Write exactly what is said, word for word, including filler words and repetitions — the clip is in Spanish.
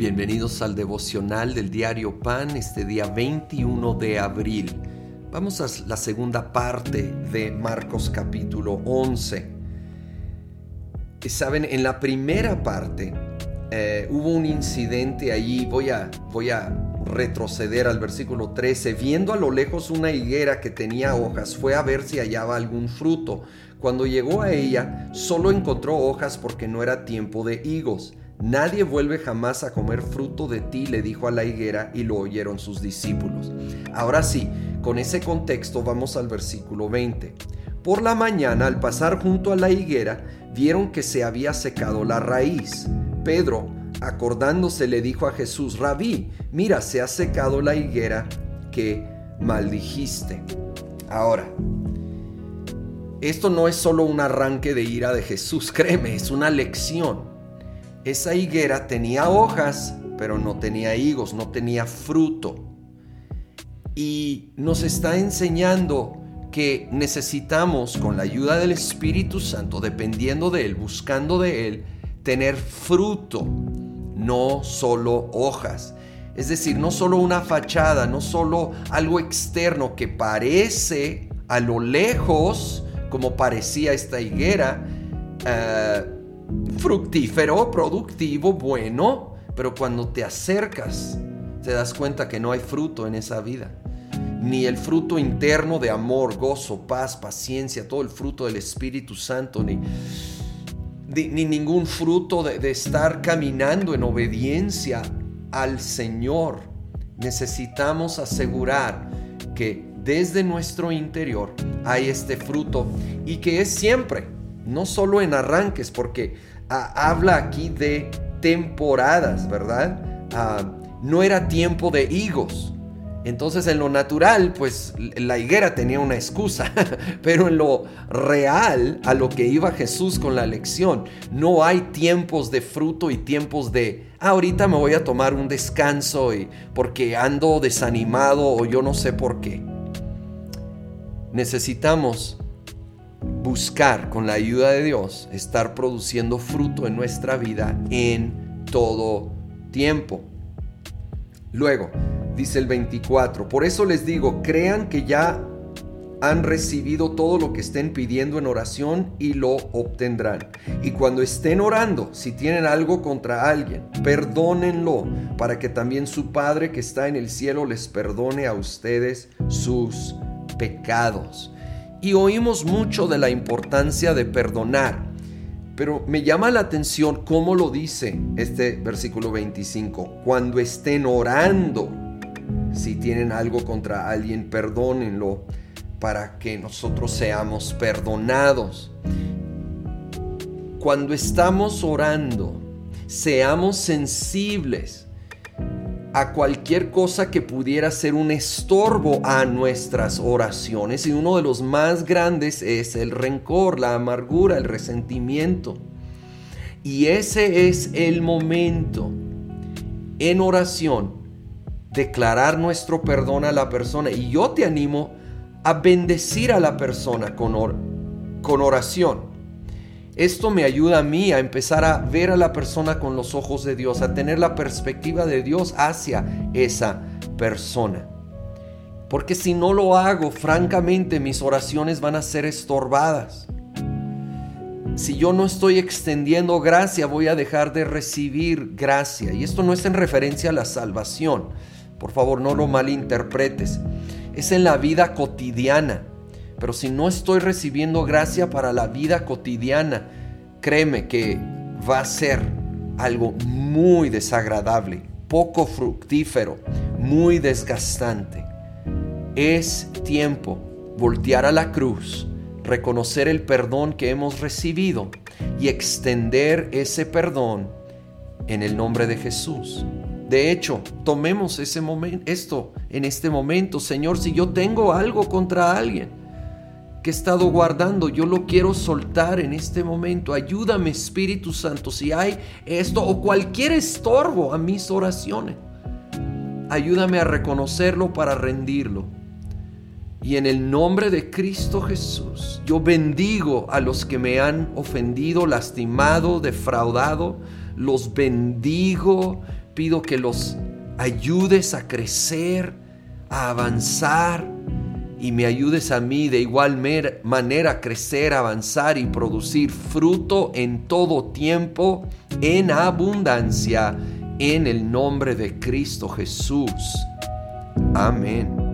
Bienvenidos al devocional del Diario Pan, este día veintiuno de abril. Vamos a la segunda parte de Marcos capítulo once. Saben, en la primera parte eh, hubo un incidente allí. Voy a, voy a retroceder al versículo trece. Viendo a lo lejos una higuera que tenía hojas, fue a ver si hallaba algún fruto. Cuando llegó a ella, solo encontró hojas porque no era tiempo de higos. Nadie vuelve jamás a comer fruto de ti, le dijo a la higuera, y lo oyeron sus discípulos. Ahora sí, con ese contexto vamos al versículo veinte. Por la mañana, al pasar junto a la higuera, vieron que se había secado la raíz. Pedro, acordándose, le dijo a Jesús: Rabí, mira, se ha secado la higuera que maldijiste. Ahora, esto no es solo un arranque de ira de Jesús, créeme, es una lección. Esa higuera tenía hojas, pero no tenía higos, no tenía fruto. Y nos está enseñando que necesitamos, con la ayuda del Espíritu Santo, dependiendo de Él, buscando de Él, tener fruto, no solo hojas. Es decir, no solo una fachada, no solo algo externo que parece a lo lejos, como parecía esta higuera, uh, fructífero, productivo, bueno, pero cuando te acercas te das cuenta que no hay fruto en esa vida, ni el fruto interno de amor, gozo, paz, paciencia, todo el fruto del Espíritu Santo, ni, ni, ni ningún fruto de, de estar caminando en obediencia al Señor. Necesitamos asegurar que desde nuestro interior hay este fruto y que es siempre, no solo en arranques, porque ah, habla aquí de temporadas, ¿verdad? Ah, no era tiempo de higos. Entonces, en lo natural, pues la higuera tenía una excusa, pero en lo real, a lo que iba Jesús con la lección, no hay tiempos de fruto y tiempos de, ah, ahorita me voy a tomar un descanso y, porque ando desanimado o yo no sé por qué. Necesitamos buscar, con la ayuda de Dios, estar produciendo fruto en nuestra vida en todo tiempo. Luego, dice el veinticuatro, por eso les digo, crean que ya han recibido todo lo que estén pidiendo en oración y lo obtendrán. Y cuando estén orando, si tienen algo contra alguien, perdónenlo, para que también su Padre que está en el cielo les perdone a ustedes sus pecados. Y oímos mucho de la importancia de perdonar, pero me llama la atención cómo lo dice este versículo veinticinco. Cuando estén orando, si tienen algo contra alguien, perdónenlo para que nosotros seamos perdonados. Cuando estamos orando, seamos sensibles a cualquier cosa que pudiera ser un estorbo a nuestras oraciones, y uno de los más grandes es el rencor, la amargura, el resentimiento. Y ese es el momento en oración, declarar nuestro perdón a la persona. Y yo te animo a bendecir a la persona con, or- con oración. Esto me ayuda a mí a empezar a ver a la persona con los ojos de Dios, a tener la perspectiva de Dios hacia esa persona. Porque si no lo hago, francamente, mis oraciones van a ser estorbadas. Si yo no estoy extendiendo gracia, voy a dejar de recibir gracia. Y esto no es en referencia a la salvación. Por favor, no lo malinterpretes. Es en la vida cotidiana. Pero si no estoy recibiendo gracia para la vida cotidiana, créeme que va a ser algo muy desagradable, poco fructífero, muy desgastante. Es tiempo voltear a la cruz, reconocer el perdón que hemos recibido y extender ese perdón en el nombre de Jesús. De hecho, tomemos ese momento, esto en este momento. Señor, si yo tengo algo contra alguien que he estado guardando, yo lo quiero soltar en este momento. Ayúdame, Espíritu Santo, si hay esto o cualquier estorbo a mis oraciones. Ayúdame a reconocerlo para rendirlo. Y en el nombre de Cristo Jesús, yo bendigo a los que me han ofendido, lastimado, defraudado. Los bendigo pido que los ayudes a crecer, a avanzar, y me ayudes a mí de igual manera a crecer, avanzar y producir fruto en todo tiempo, en abundancia, en el nombre de Cristo Jesús. Amén.